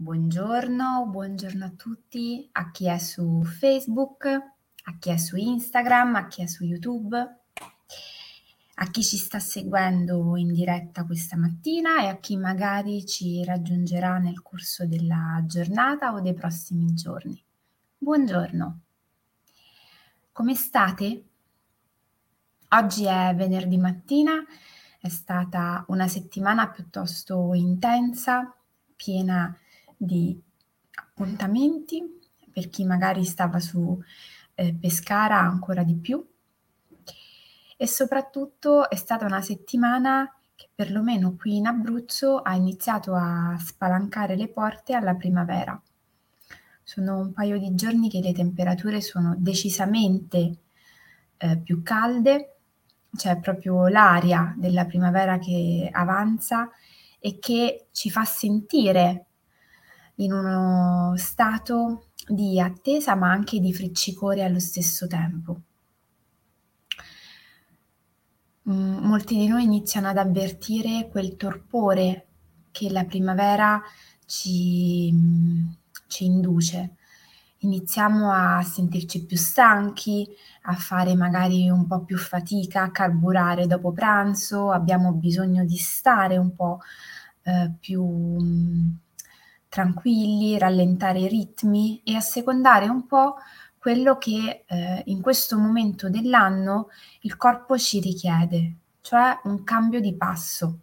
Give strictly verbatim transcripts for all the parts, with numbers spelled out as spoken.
Buongiorno, buongiorno a tutti, a chi è su Facebook, a chi è su Instagram, a chi è su YouTube, a chi ci sta seguendo in diretta questa mattina e a chi magari ci raggiungerà nel corso della giornata o dei prossimi giorni. Buongiorno. Come state? Oggi è venerdì mattina, è stata una settimana piuttosto intensa, piena di appuntamenti, per chi magari stava su, ehm, Pescara ancora di più. E soprattutto è stata una settimana che perlomeno qui in Abruzzo ha iniziato a spalancare le porte alla primavera. Sono un paio di giorni che le temperature sono decisamente, ehm, più calde, c'è proprio l'aria della primavera che avanza e che ci fa sentire in uno stato di attesa, ma anche di friccicore allo stesso tempo. Mhmm, molti di noi iniziano ad avvertire quel torpore che la primavera ci mhmm, ci induce. Iniziamo a sentirci più stanchi, a fare magari un po' più fatica a carburare dopo pranzo, abbiamo bisogno di stare un po', ehm, più, mhmm, tranquilli, rallentare i ritmi e assecondare un po' quello che, ehm, in questo momento dell'anno il corpo ci richiede, cioè un cambio di passo.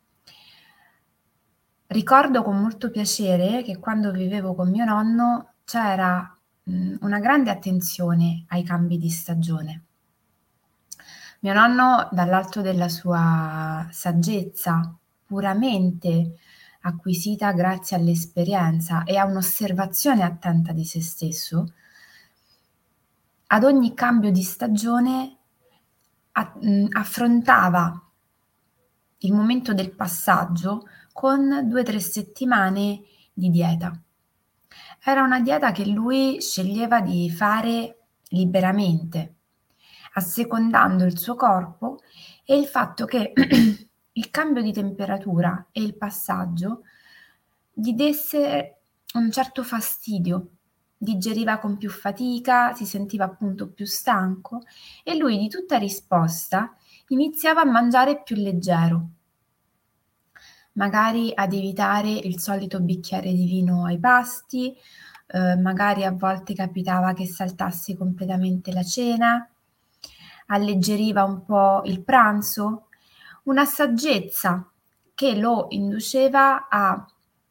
Ricordo con molto piacere che quando vivevo con mio nonno c'era, mhmm, una grande attenzione ai cambi di stagione. Mio nonno, dall'alto della sua saggezza, puramente acquisita grazie all'esperienza e a un'osservazione attenta di se stesso, ad ogni cambio di stagione a mhmm, affrontava il momento del passaggio con due, tre settimane di dieta. Era una dieta che lui sceglieva di fare liberamente, assecondando il suo corpo e il fatto che il cambio di temperatura e il passaggio gli desse un certo fastidio. Digeriva con più fatica, si sentiva appunto più stanco e lui di tutta risposta iniziava a mangiare più leggero. Magari ad evitare il solito bicchiere di vino ai pasti, uhm, magari a volte capitava che saltasse completamente la cena, alleggeriva un po' il pranzo, una saggezza che lo induceva a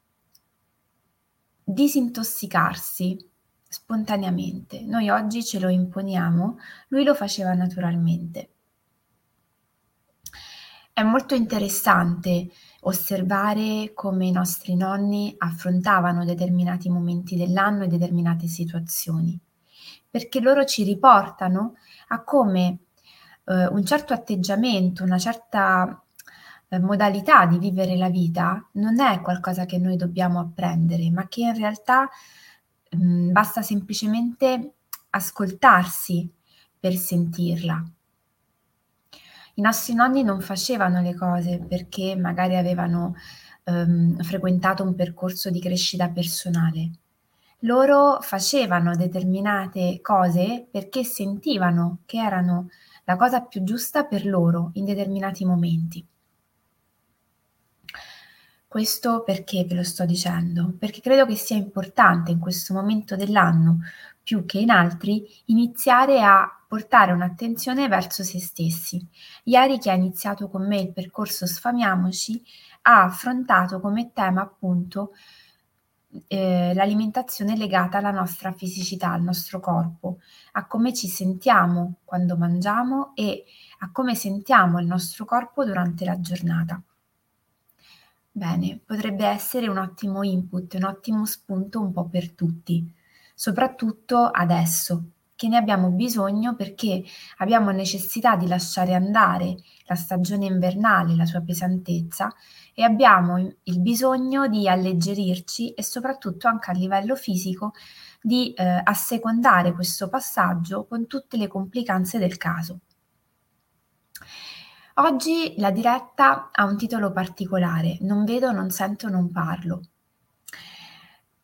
disintossicarsi spontaneamente. Noi oggi ce lo imponiamo, lui lo faceva naturalmente. È molto interessante osservare come i nostri nonni affrontavano determinati momenti dell'anno e determinate situazioni, perché loro ci riportano a come, uhm, un certo atteggiamento, una certa, ehm, modalità di vivere la vita non è qualcosa che noi dobbiamo apprendere, ma che in realtà, mhmm, basta semplicemente ascoltarsi per sentirla. I nostri nonni non facevano le cose perché magari avevano, uhm, frequentato un percorso di crescita personale. Loro facevano determinate cose perché sentivano che erano la cosa più giusta per loro in determinati momenti. Questo perché ve lo sto dicendo? Perché credo che sia importante in questo momento dell'anno, più che in altri, iniziare a portare un'attenzione verso se stessi. Ieri chi ha iniziato con me il percorso Sfamiamoci ha affrontato come tema appunto, ehm, l'alimentazione legata alla nostra fisicità, al nostro corpo, a come ci sentiamo quando mangiamo e a come sentiamo il nostro corpo durante la giornata. Bene, potrebbe essere un ottimo input, un ottimo spunto un po' per tutti, soprattutto adesso che ne abbiamo bisogno perché abbiamo necessità di lasciare andare la stagione invernale, la sua pesantezza e abbiamo i il bisogno di alleggerirci e soprattutto anche a livello fisico di, ehm, assecondare questo passaggio con tutte le complicanze del caso. Oggi la diretta ha un titolo particolare: "Non vedo, non sento, non parlo".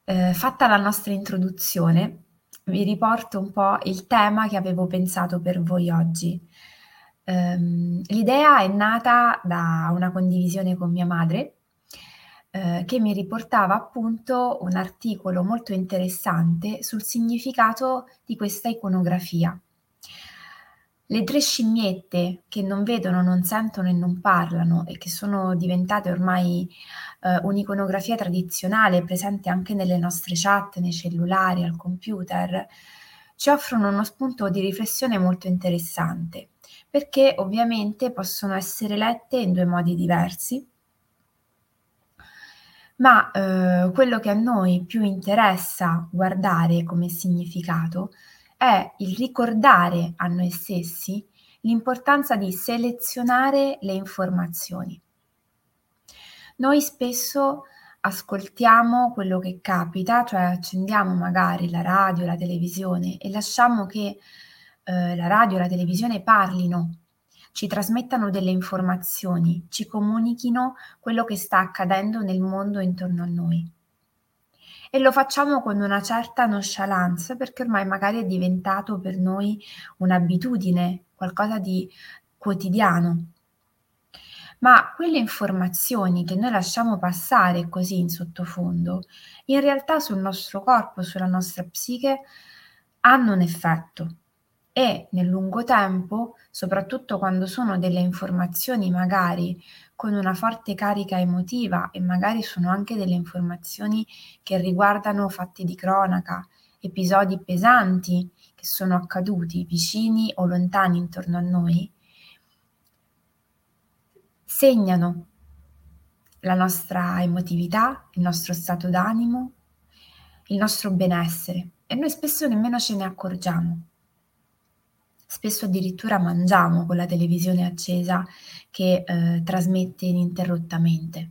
Ehm, fatta la nostra introduzione, vi riporto un po' il tema che avevo pensato per voi oggi. Ehm, l'idea è nata da una condivisione con mia madre, ehm, che mi riportava appunto un articolo molto interessante sul significato di questa iconografia. Le tre scimmiette che non vedono, non sentono e non parlano e che sono diventate ormai, ehm, un'iconografia tradizionale presente anche nelle nostre chat, nei cellulari, al computer, ci offrono uno spunto di riflessione molto interessante, perché ovviamente possono essere lette in due modi diversi, ma, uhm, quello che a noi più interessa guardare come significato è il ricordare a noi stessi l'importanza di selezionare le informazioni. Noi spesso ascoltiamo quello che capita, cioè accendiamo magari la radio, la televisione e lasciamo che, uhm, la radio, la televisione parlino, ci trasmettano delle informazioni, ci comunichino quello che sta accadendo nel mondo intorno a noi. E lo facciamo con una certa nonchalance, perché ormai magari è diventato per noi un'abitudine, qualcosa di quotidiano. Ma quelle informazioni che noi lasciamo passare così in sottofondo, in realtà sul nostro corpo, sulla nostra psiche, hanno un effetto e nel lungo tempo, soprattutto quando sono delle informazioni magari con una forte carica emotiva e magari sono anche delle informazioni che riguardano fatti di cronaca, episodi pesanti che sono accaduti vicini o lontani intorno a noi, segnano la nostra emotività, il nostro stato d'animo, il nostro benessere e noi spesso nemmeno ce ne accorgiamo. Spesso addirittura mangiamo con la televisione accesa che, ehm, trasmette ininterrottamente.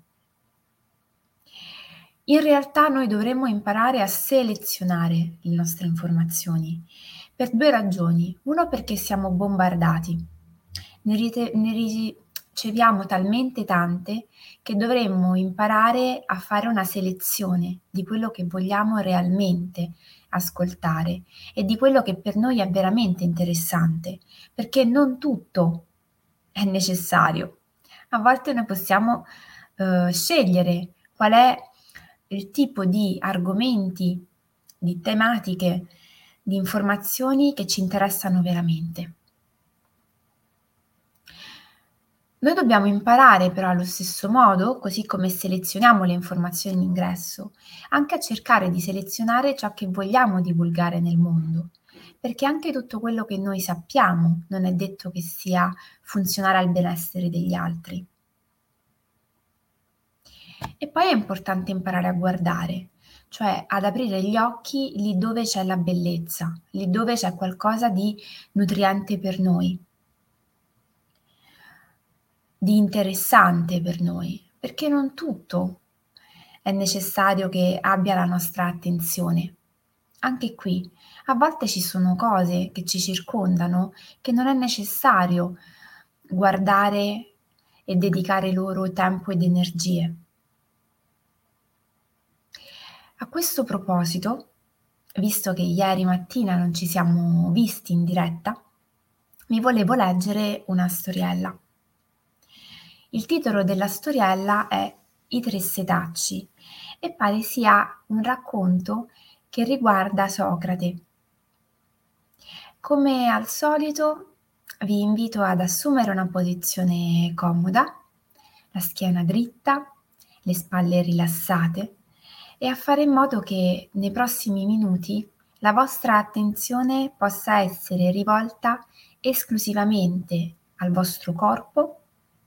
In realtà noi dovremmo imparare a selezionare le nostre informazioni per due ragioni: uno perché siamo bombardati, ne rite ne riceviamo talmente tante che dovremmo imparare a fare una selezione di quello che vogliamo realmente ascoltare e di quello che per noi è veramente interessante, perché non tutto è necessario. A volte noi possiamo, uhm, scegliere qual è il tipo di argomenti, di tematiche, di informazioni che ci interessano veramente. Noi dobbiamo imparare però allo stesso modo, così come selezioniamo le informazioni in ingresso, anche a cercare di selezionare ciò che vogliamo divulgare nel mondo, perché anche tutto quello che noi sappiamo non è detto che sia funzionale al benessere degli altri. E poi è importante imparare a guardare, cioè ad aprire gli occhi lì dove c'è la bellezza, lì dove c'è qualcosa di nutriente per noi, di interessante per noi, perché non tutto è necessario che abbia la nostra attenzione. Anche qui, a volte ci sono cose che ci circondano che non è necessario guardare e dedicare loro tempo ed energie. A questo proposito, visto che ieri mattina non ci siamo visti in diretta, vi volevo leggere una storiella. Il titolo della storiella è I tre setacci e pare sia un racconto che riguarda Socrate. Come al solito, vi invito ad assumere una posizione comoda, la schiena dritta, le spalle rilassate e a fare in modo che nei prossimi minuti la vostra attenzione possa essere rivolta esclusivamente al vostro corpo,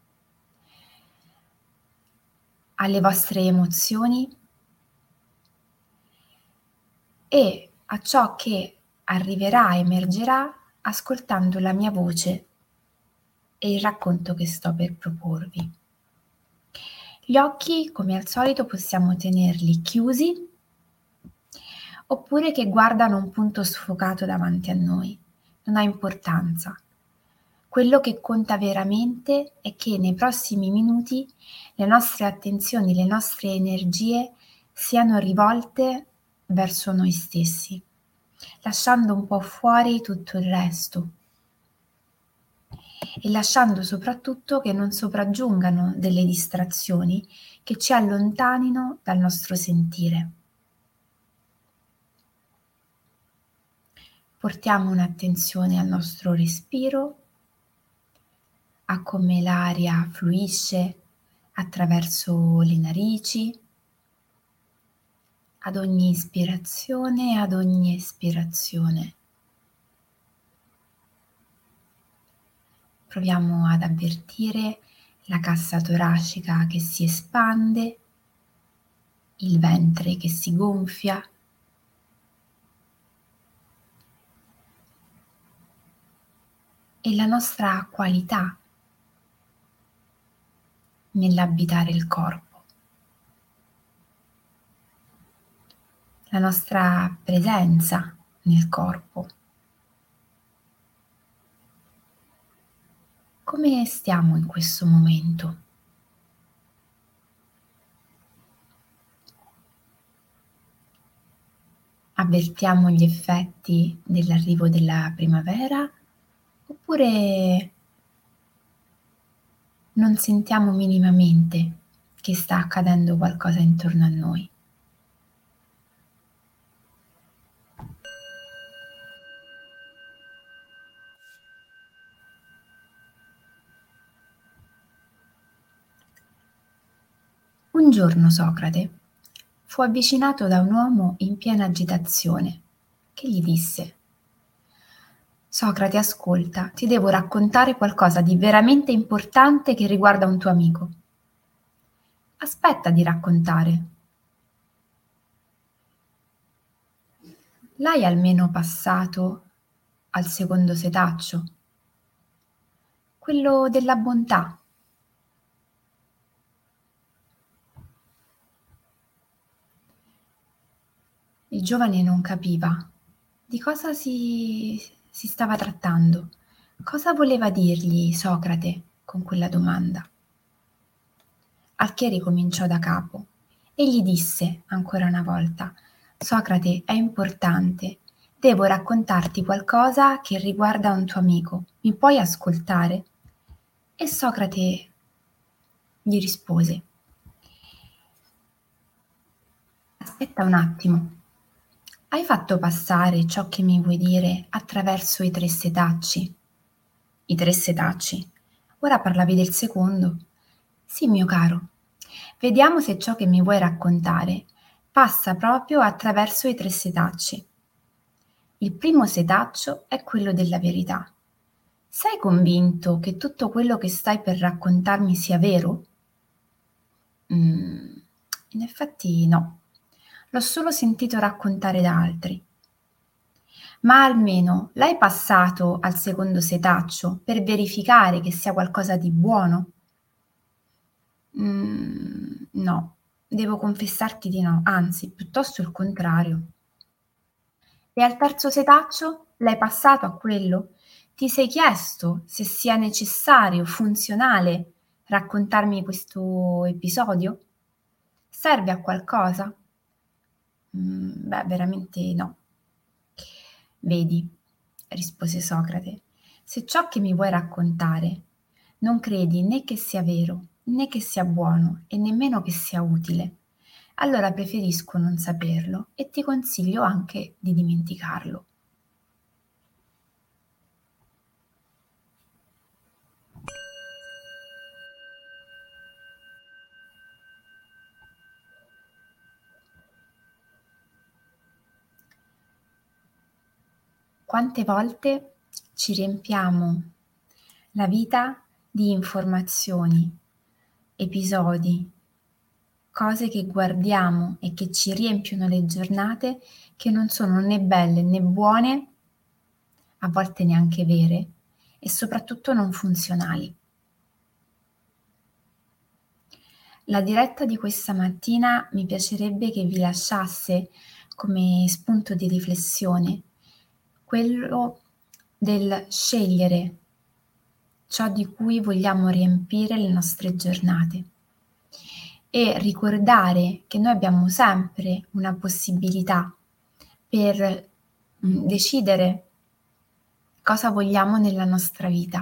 alle vostre emozioni e a ciò che arriverà, emergerà ascoltando la mia voce e il racconto che sto per proporvi. Gli occhi, come al solito, possiamo tenerli chiusi oppure che guardano un punto sfocato davanti a noi. Non ha importanza. Quello che conta veramente è che nei prossimi minuti le nostre attenzioni, le nostre energie siano rivolte verso noi stessi, lasciando un po' fuori tutto il resto e lasciando soprattutto che non sopraggiungano delle distrazioni che ci allontanino dal nostro sentire. Portiamo un'attenzione al nostro respiro, a come l'aria fluisce attraverso le narici, ad ogni ispirazione e ad ogni espirazione. Proviamo ad avvertire la cassa toracica che si espande, il ventre che si gonfia e la nostra qualità nell'abitare il corpo, la nostra presenza nel corpo. Come stiamo in questo momento? Avvertiamo gli effetti dell'arrivo della primavera oppure non sentiamo minimamente che sta accadendo qualcosa intorno a noi? Un giorno Socrate fu avvicinato da un uomo in piena agitazione, che gli disse: Socrate, ascolta, ti devo raccontare qualcosa di veramente importante che riguarda un tuo amico. Aspetta di raccontare. L'hai almeno passato al secondo setaccio? Quello della bontà. Il giovane non capiva di cosa si, si stava trattando. Cosa voleva dirgli Socrate con quella domanda? Al che ricominciò da capo e gli disse ancora una volta: Socrate, è importante, devo raccontarti qualcosa che riguarda un tuo amico, mi puoi ascoltare? E Socrate gli rispose: aspetta un attimo, hai fatto passare ciò che mi vuoi dire attraverso i tre setacci? I tre setacci? Ora parlavi del secondo. Sì, mio caro. Vediamo se ciò che mi vuoi raccontare passa proprio attraverso i tre setacci. Il primo setaccio è quello della verità. Sei convinto che tutto quello che stai per raccontarmi sia vero? Mm, in effetti no. L'ho solo sentito raccontare da altri. Ma almeno l'hai passato al secondo setaccio per verificare che sia qualcosa di buono? Mm, no, devo confessarti di no, anzi, piuttosto il contrario. E al terzo setaccio l'hai passato a quello? Ti sei chiesto se sia necessario, funzionale raccontarmi questo episodio? Serve a qualcosa? Mm, beh, veramente no. Vedi, rispose Socrate, se ciò che mi vuoi raccontare non credi né che sia vero, né che sia buono e nemmeno che sia utile, allora preferisco non saperlo e ti consiglio anche di dimenticarlo. Quante volte ci riempiamo la vita di informazioni, episodi, cose che guardiamo e che ci riempiono le giornate che non sono né belle né buone, a volte neanche vere e soprattutto non funzionali. La diretta di questa mattina mi piacerebbe che vi lasciasse come spunto di riflessione quello del scegliere ciò di cui vogliamo riempire le nostre giornate e ricordare che noi abbiamo sempre una possibilità per mh, decidere cosa vogliamo nella nostra vita.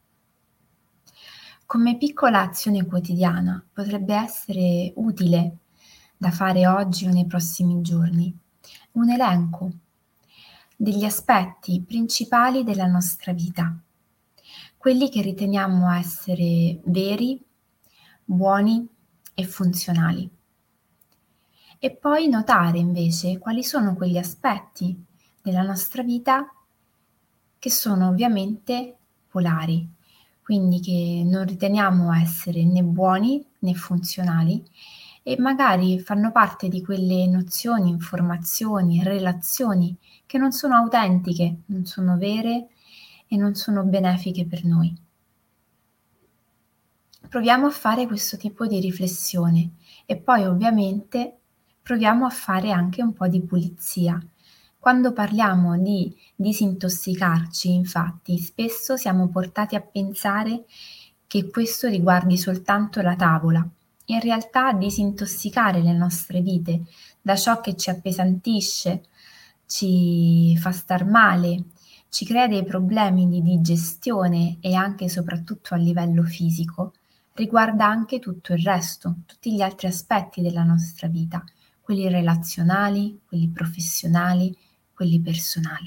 Come piccola azione quotidiana potrebbe essere utile da fare oggi o nei prossimi giorni un elenco degli aspetti principali della nostra vita, quelli che riteniamo essere veri, buoni e funzionali. E poi notare invece quali sono quegli aspetti della nostra vita che sono ovviamente polari, quindi che non riteniamo essere né buoni né funzionali e magari fanno parte di quelle nozioni, informazioni, relazioni che non sono autentiche, non sono vere e non sono benefiche per noi. Proviamo a fare questo tipo di riflessione e poi ovviamente proviamo a fare anche un po' di pulizia. Quando parliamo di disintossicarci, infatti, spesso siamo portati a pensare che questo riguardi soltanto la tavola. In realtà disintossicare le nostre vite da ciò che ci appesantisce, ci fa star male, ci crea dei problemi di digestione e anche e soprattutto a livello fisico, riguarda anche tutto il resto, tutti gli altri aspetti della nostra vita, quelli relazionali, quelli professionali, quelli personali.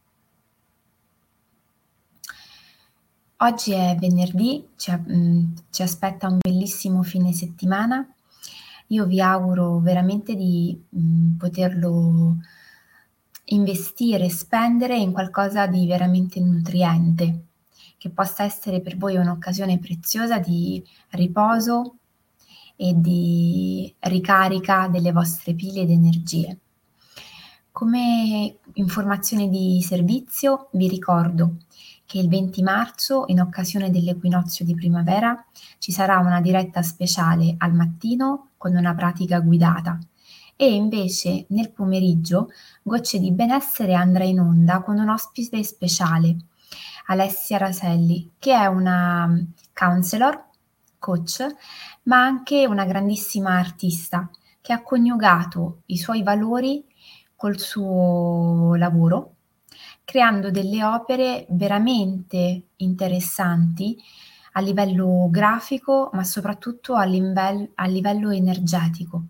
Oggi è venerdì, ci, mh, ci aspetta un bellissimo fine settimana. Io vi auguro veramente di mh, poterlo investire, spendere in qualcosa di veramente nutriente, che possa essere per voi un'occasione preziosa di riposo e di ricarica delle vostre pile ed energie. Come informazione di servizio vi ricordo che il venti marzo, in occasione dell'equinozio di primavera, ci sarà una diretta speciale al mattino con una pratica guidata e invece nel pomeriggio Gocce di Benessere andrà in onda con un ospite speciale, Alessia Raselli, che è una counselor, coach, ma anche una grandissima artista che ha coniugato i suoi valori col suo lavoro, creando delle opere veramente interessanti a livello grafico, ma soprattutto a, livel- a livello energetico.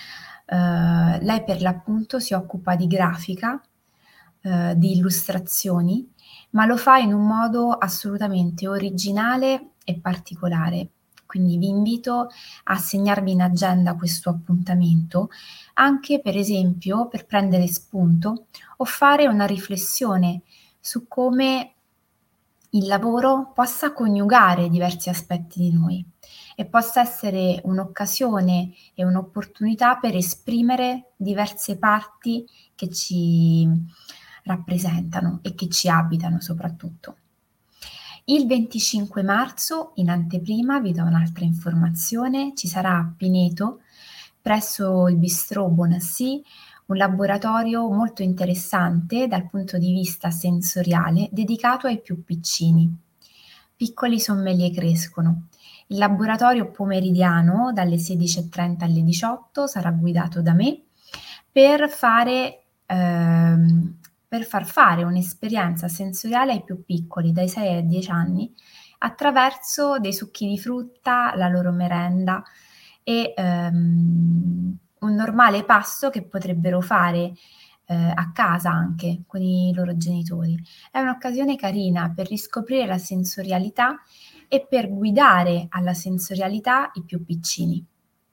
Uh, lei per l'appunto si occupa di grafica, uh, di illustrazioni, ma lo fa in un modo assolutamente originale e particolare. Quindi vi invito a segnarvi in agenda questo appuntamento, anche per esempio per prendere spunto o fare una riflessione su come il lavoro possa coniugare diversi aspetti di noi e possa essere un'occasione e un'opportunità per esprimere diverse parti che ci rappresentano e che ci abitano soprattutto. Il venticinque marzo, in anteprima, vi do un'altra informazione, ci sarà a Pineto, presso il Bistrò Bonassi, un laboratorio molto interessante dal punto di vista sensoriale dedicato ai più piccini. Piccoli sommelier crescono. Il laboratorio pomeridiano dalle sedici e trenta alle diciotto sarà guidato da me per fare ehm, per far fare un'esperienza sensoriale ai più piccoli dai sei ai dieci anni attraverso dei succhi di frutta, la loro merenda e ehm, un normale pasto che potrebbero fare eh, a casa anche con i loro genitori. È un'occasione carina per riscoprire la sensorialità e per guidare alla sensorialità i più piccini.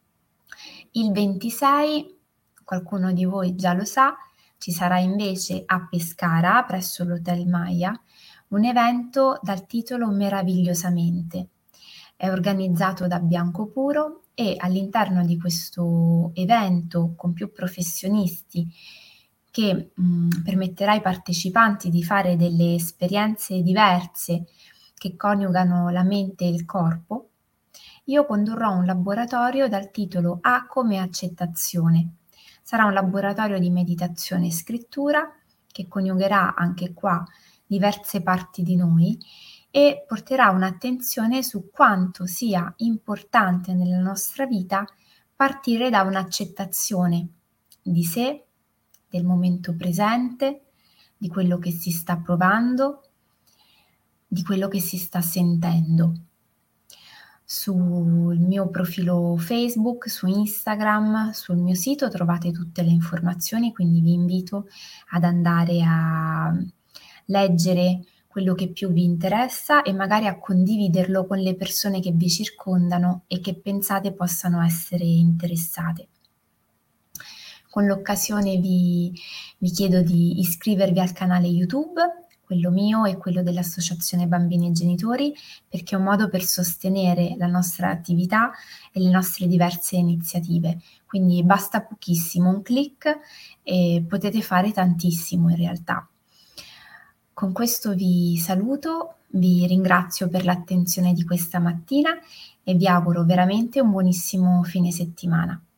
Il ventisei, qualcuno di voi già lo sa, ci sarà invece a Pescara, presso l'Hotel Maya, un evento dal titolo Meravigliosamente. È organizzato da Biancopuro e all'interno di questo evento con più professionisti che mh, permetterà ai partecipanti di fare delle esperienze diverse che coniugano la mente e il corpo, io condurrò un laboratorio dal titolo A come accettazione. Sarà un laboratorio di meditazione e scrittura che coniugherà anche qua diverse parti di noi e porterà un'attenzione su quanto sia importante nella nostra vita partire da un'accettazione di sé, del momento presente, di quello che si sta provando, di quello che si sta sentendo. Sul mio profilo Facebook, su Instagram, sul mio sito trovate tutte le informazioni, quindi vi invito ad andare a leggere quello che più vi interessa e magari a condividerlo con le persone che vi circondano e che pensate possano essere interessate. Con l'occasione vi, vi chiedo di iscrivervi al canale YouTube, quello mio e quello dell'Associazione Bambini e Genitori, perché è un modo per sostenere la nostra attività e le nostre diverse iniziative. Quindi basta pochissimo, un click e potete fare tantissimo in realtà. Con questo vi saluto, vi ringrazio per l'attenzione di questa mattina e vi auguro veramente un buonissimo fine settimana.